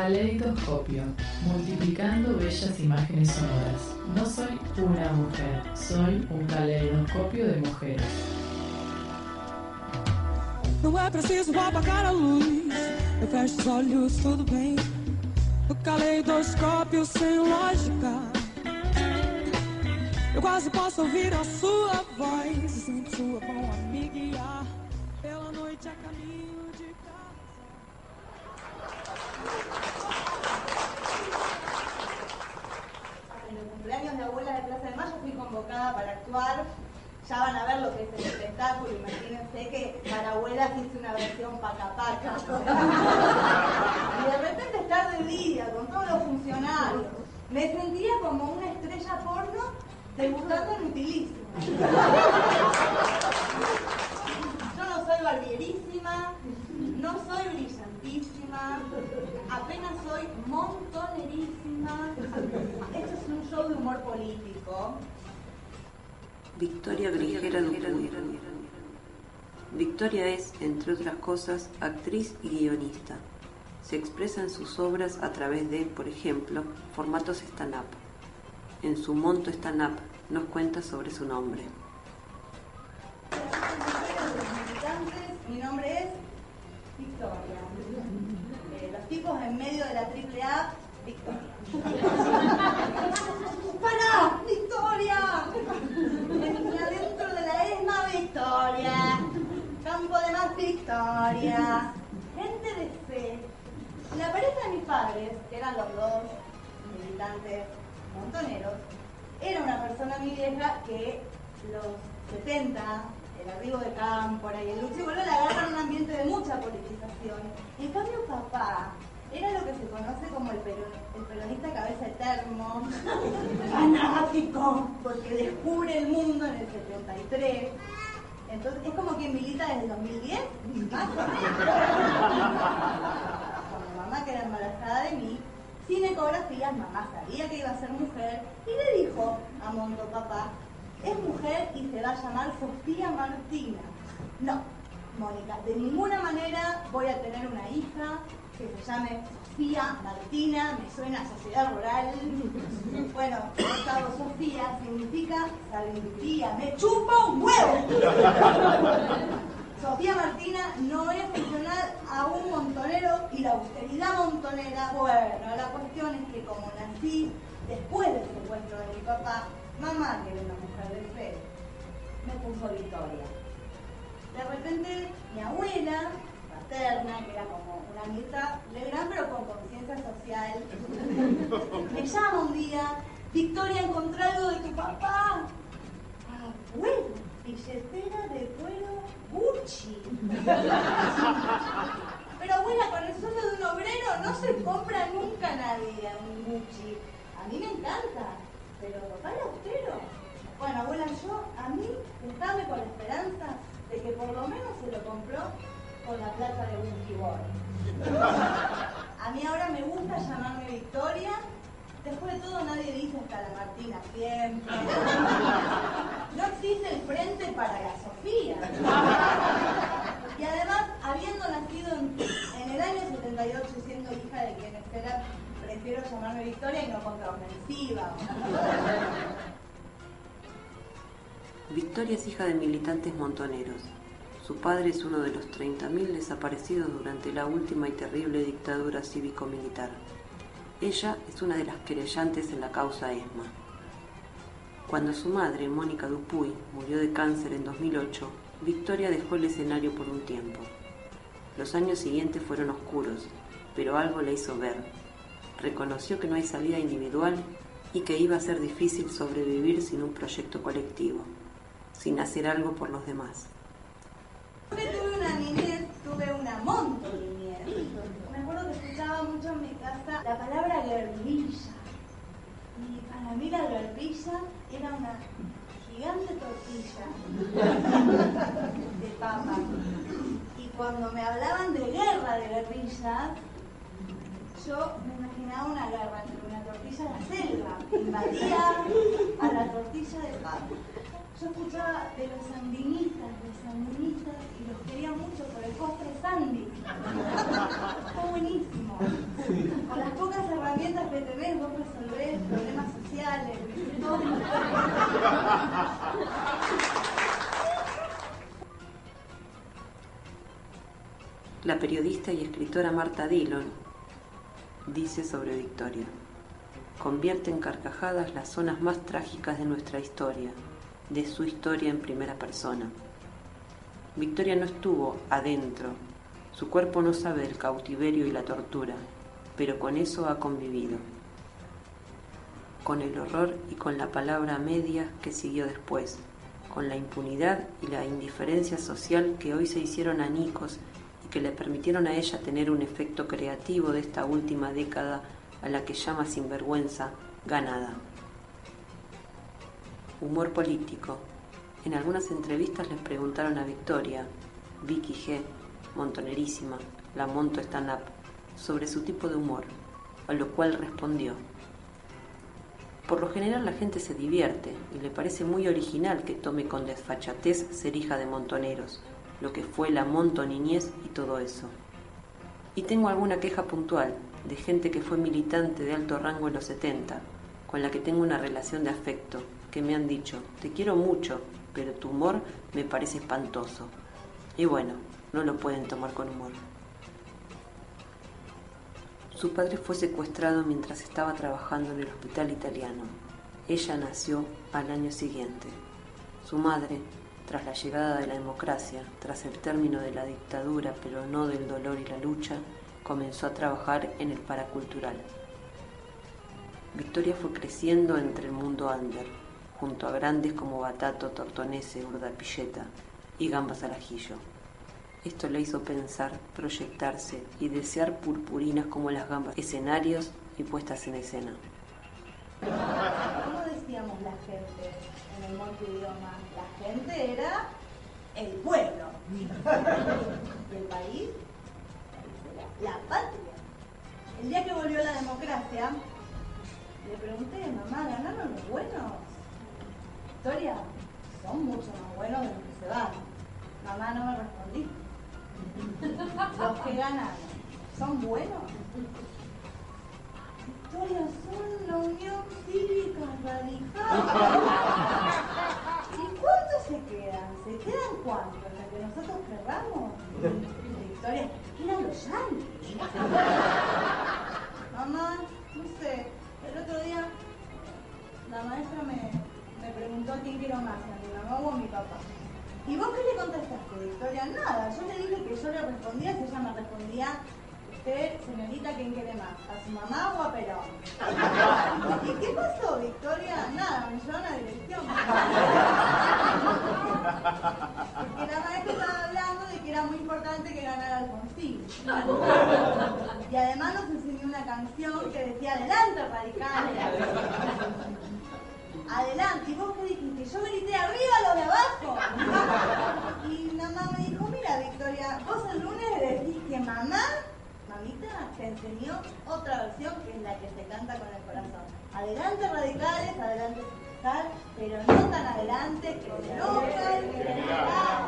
Caleidoscopio, multiplicando bellas imágenes sonoras. No soy una mujer, soy un caleidoscopio de mujeres. Não é preciso apagar a luz, eu fecho os olhos, tudo bem. O caleidoscópio sem lógica. Eu quase posso ouvir a sua voz e sempre sua mão a me guiar pela noite a caminho de casa. En los cumpleaños de Abuelas de Plaza de Mayo fui convocada para actuar. Ya van a ver lo que es el espectáculo. Imagínense que para Abuelas hice una versión paca-paca. Y de repente estar de día con todos los funcionarios. Me sentía como una estrella porno debutando en Utilísimo. Yo no soy barbierísima, no soy brillantísima, apenas soy montonerísima. Esto es un show de humor político. Victoria Grigera Dupuy. Victoria es, entre otras cosas, actriz y guionista. Se expresa en sus obras a través de, por ejemplo, formatos stand-up. En su Monto Stand-up nos cuenta sobre su nombre. Mi nombre es Victoria. Los tipos en medio de la AAA, Victoria. ¡Para! ¡Victoria! Dentro de la ESMA, Victoria. Campo de Más, Victoria. Gente de fe. La pareja de mis padres, que eran los dos militantes montoneros, era una persona muy vieja que los 70, el arribo de Cámpora y el Lucio Boló le agarran un ambiente de mucha politización. En cambio, papá era lo que se conoce como el peronista cabeza de termo, fanático, porque descubre el mundo en el 73. Entonces, es como quien milita desde el 2010, más o menos. Con mi mamá, que era embarazada de mí, sin ecografías, mamá sabía que iba a ser mujer y le dijo a Monto, papá, es mujer y se va a llamar Sofía Martina. No, Mónica, de ninguna manera voy a tener una hija que se llame Sofía Martina, me suena a sociedad rural. Bueno, esta Sofía significa sabiduría, me chupa un huevo. Sofía Martina no es funcional a un montonero y la austeridad montonera. Bueno, la cuestión es que como nací después del secuestro de mi papá, mamá, que era una mujer de fe, me puso Victoria. De repente mi abuela paterna, que era como una Mirta Legrand pero con conciencia social, me llama un día, Victoria, encontré algo de tu papá. Abuela, billetera de cuero Gucci. Pero abuela, con el sueldo de un obrero no se compra nunca nadie un Gucci. A mí me encanta, pero papá era austero. Bueno, abuela, a mí dejame con la esperanza de que por lo menos se lo compró con la plata de Whisky Boy. A mí ahora me gusta llamarme Victoria. Después de todo nadie dice hasta la Martina siempre. No existe el frente para la Sofía. Y además, habiendo nacido en el año 78 y siendo hija de quienes era, prefiero llamarme Victoria y no contraofensiva. Victoria es hija de militantes montoneros. Su padre es uno de los 30.000 desaparecidos durante la última y terrible dictadura cívico-militar. Ella es una de las querellantes en la causa ESMA. Cuando su madre, Mónica Dupuy, murió de cáncer en 2008, Victoria dejó el escenario por un tiempo. Los años siguientes fueron oscuros, pero algo le hizo ver. Reconoció que no hay salida individual y que iba a ser difícil sobrevivir sin un proyecto colectivo, sin hacer algo por los demás. Tuve una niñez, tuve una montoniñez. Me acuerdo que escuchaba mucho en mi casa la palabra guerrilla. Y para mí la guerrilla era una gigante tortilla de papa. Y cuando me hablaban de guerra de guerrillas, yo me imaginaba una guerra entre una tortilla de la selva, invadía a la tortilla de papa. Yo escuchaba de los sandinistas, y los quería mucho por el postre Sandy. Está buenísimo. Con las La periodista y escritora Marta Dillon dice sobre Victoria: convierte en carcajadas las zonas más trágicas de nuestra historia, de su historia en primera persona. Victoria no estuvo adentro, su cuerpo no sabe del cautiverio y la tortura, pero con eso ha convivido, con el horror y con la palabra a medias que siguió después, con la impunidad y la indiferencia social que hoy se hicieron añicos y que le permitieron a ella tener un efecto creativo de esta última década a la que llama sinvergüenza ganada. Humor político. En algunas entrevistas les preguntaron a Victoria, Vicky G., montonerísima, la Monto Stand Up, sobre su tipo de humor, a lo cual respondió: por lo general la gente se divierte y le parece muy original que tome con desfachatez ser hija de montoneros, lo que fue la montoniñez y todo eso. Y tengo alguna queja puntual de gente que fue militante de alto rango en los 70, con la que tengo una relación de afecto, que me han dicho: te quiero mucho, pero tu humor me parece espantoso. Y bueno, no lo pueden tomar con humor. Su padre fue secuestrado mientras estaba trabajando en el hospital italiano. Ella nació al año siguiente. Su madre, tras la llegada de la democracia, tras el término de la dictadura, pero no del dolor y la lucha, comenzó a trabajar en el paracultural. Victoria fue creciendo entre el mundo under, junto a grandes como Batato, Tortonese, Urdapilleta y Gambas al ajillo. Esto le hizo pensar, proyectarse y desear purpurinas como las gambas, escenarios y puestas en escena. ¿Cómo decíamos la gente en el multidioma? La gente era el pueblo. ¿Y el país? La patria. El día que volvió la democracia, le pregunté: mamá, ¿ganaron los buenos? Victoria, son mucho más buenos de los que se van. Mamá, no me respondí. Los que ganaron, ¿son buenos? Victoria, son la Unión Cívica Radical. ¿Y cuántos se quedan? ¿Se quedan cuántos? ¿Hasta que nosotros querramos? Victoria, quedan los yanquis. Mamá, no sé, el otro día la maestra me preguntó a quién quiero más, a mi mamá o a mi papá. ¿Y vos qué le contestaste, Victoria? Nada, yo le dije que yo le respondía si ella me respondía: usted, señorita, ¿quién quiere más? ¿A su mamá o a Perón? ¿Y qué pasó, Victoria? Nada, me llevaron a dirección. Porque la maestra estaba hablando de que era muy importante que ganara Alfonsín. Y además nos enseñó una canción que decía: adelante, radicales. Adelante. ¿Y vos qué dijiste? Yo grité: arriba los de abajo. Y mamá me dijo: mira, Victoria, vos el lunes le decís que mamita te enseñó otra versión, que es la que se canta con el corazón. Adelante, radicales, adelante, sindical, pero no tan adelante que se enoja el general.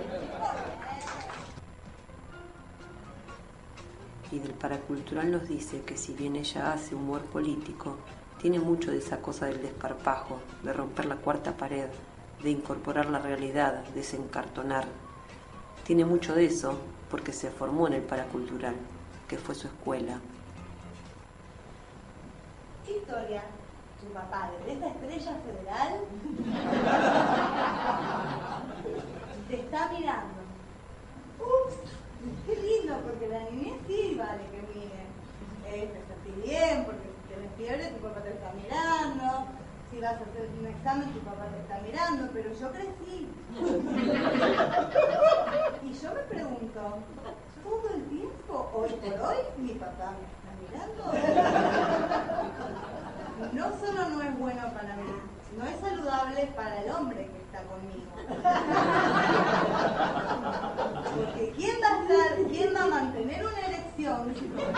Y del paracultural nos dice que si bien ella hace humor político, tiene mucho de esa cosa del desparpajo, de romper la cuarta pared, de incorporar la realidad, desencartonar. Tiene mucho de eso porque se formó en el paracultural, que fue su escuela. Victoria, tu papá, de esta estrella federal, te está mirando. Ups, qué lindo, porque la niñez sí vale que mire. Te sentís bien, porque si tenés fiebre, tu papá te está mirando. Si vas a hacer un examen, tu papá te está mirando, pero yo crecí. Y yo me pregunto, ¿todo el tiempo, hoy por hoy, mi papá me está mirando? No solo no es bueno para mí, no es saludable para el hombre que está conmigo. Porque ¿quién va a mantener una erección?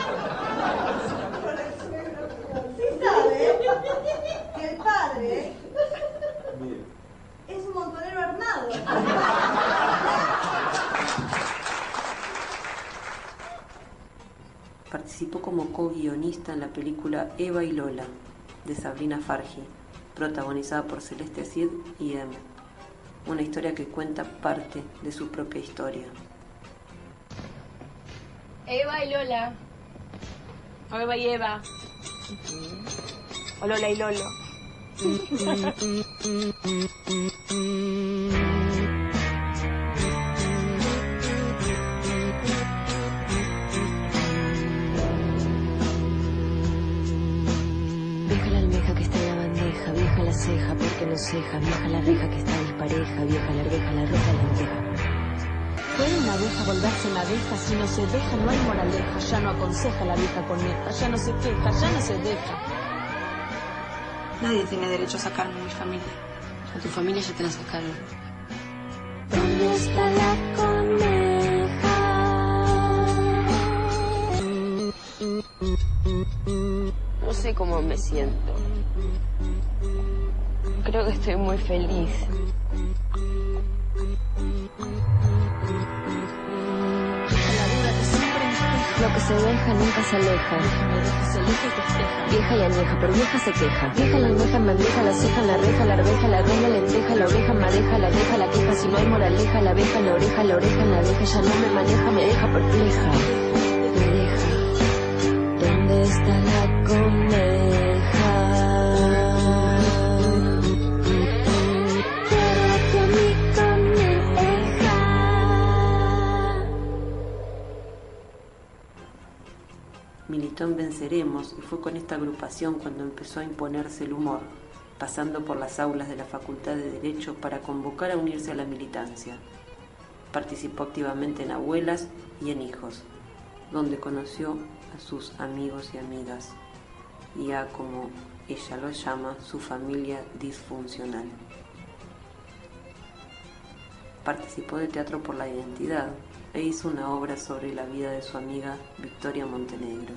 Sí sabe que el padre es un montonero armado. Participó como co-guionista en la película Eva y Lola, de Sabrina Fargi, protagonizada por Celeste Cid y Em, una historia que cuenta parte de su propia historia. Eva y Lola. O Eva y Eva. O Lola y Lolo. Vieja la almeja que está en la bandeja, vieja la ceja porque no ceja, vieja la reja que está dispareja, vieja la arveja, la roja la lenteja. Puede una abeja volverse una abeja, si no se deja no hay moraleja, ya no aconseja la vieja coneja, ya no se queja, ya no se deja. Nadie tiene derecho a sacarme de mi familia. A tu familia ya te la sacaron. ¿Dónde está la coneja? No sé cómo me siento. Creo que estoy muy feliz. Lo que se deja nunca se aleja. Vieja y añeja, por vieja se queja. Vieja la almeja en bandeja, la ceja en la reja, la arveja, la arveja, la lenteja, la oveja madeja, la deja, la queja. Si no hay moraleja, la abeja en la oreja en la abeja. Ya no me maneja, me deja perpleja. Me deja. ¿Dónde está la coneja? Quédate a mi coneja. Militó en Venceremos y fue con esta agrupación cuando empezó a imponerse el humor, pasando por las aulas de la Facultad de Derecho para convocar a unirse a la militancia. Participó activamente en Abuelas y en Hijos, donde conoció a sus amigos y amigas y a, como ella lo llama, su familia disfuncional. Participó de Teatro por la Identidad e hizo una obra sobre la vida de su amiga Victoria Montenegro.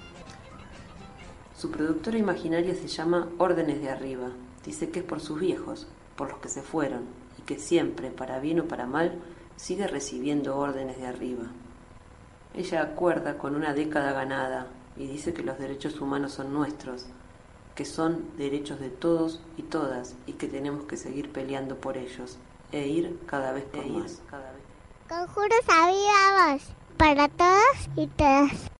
Su productora imaginaria se llama Órdenes de Arriba. Dice que es por sus viejos, por los que se fueron, y que siempre, para bien o para mal, sigue recibiendo órdenes de arriba. Ella acuerda con una década ganada y dice que los derechos humanos son nuestros, que son derechos de todos y todas y que tenemos que seguir peleando por ellos e ir cada vez por más. Conjuros avivamos para todos y todas.